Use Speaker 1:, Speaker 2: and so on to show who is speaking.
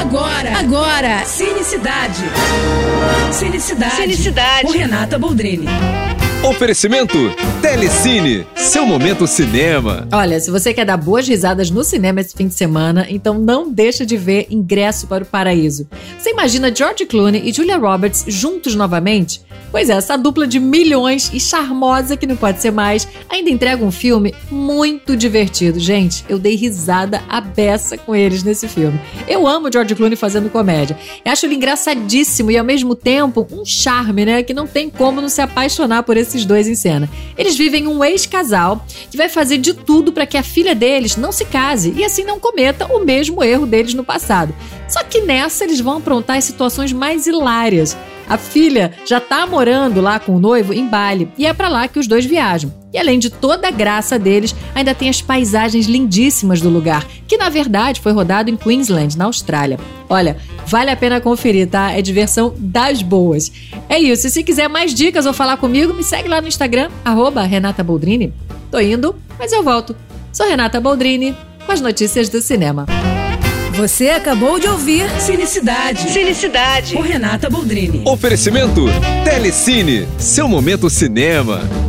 Speaker 1: Agora. Cinecidade. Cinecidade. Com Renata Boldrini.
Speaker 2: Oferecimento Telecine, seu momento cinema.
Speaker 3: Olha, se você quer dar boas risadas no cinema esse fim de semana, então não deixa de ver Ingresso para o Paraíso. Você imagina George Clooney e Julia Roberts juntos novamente? Pois é, essa dupla de milhões e charmosa que não pode ser mais, ainda entrega um filme muito divertido. Gente, eu dei risada à beça com eles nesse filme. Eu amo George Clooney fazendo comédia. Eu acho ele engraçadíssimo e ao mesmo tempo um charme, né? Que não tem como não se apaixonar por esses dois em cena. Eles vivem um ex-casal que vai fazer de tudo para que a filha deles não se case e assim não cometa o mesmo erro deles no passado. Só que nessa eles vão aprontar as situações mais hilárias. A filha já tá morando lá com o noivo em Bali e é pra lá que os dois viajam. E além de toda a graça deles, ainda tem as paisagens lindíssimas do lugar, que na verdade foi rodado em Queensland, na Austrália. Olha, vale a pena conferir, tá? É diversão das boas. É isso, e se quiser mais dicas ou falar comigo, me segue lá no Instagram, @Renata Boldrini. Tô indo, mas eu volto. Sou Renata Boldrini, com as notícias do cinema.
Speaker 1: Você acabou de ouvir Cinecidade. Com Renata Boldrini.
Speaker 2: Oferecimento Telecine, seu momento cinema.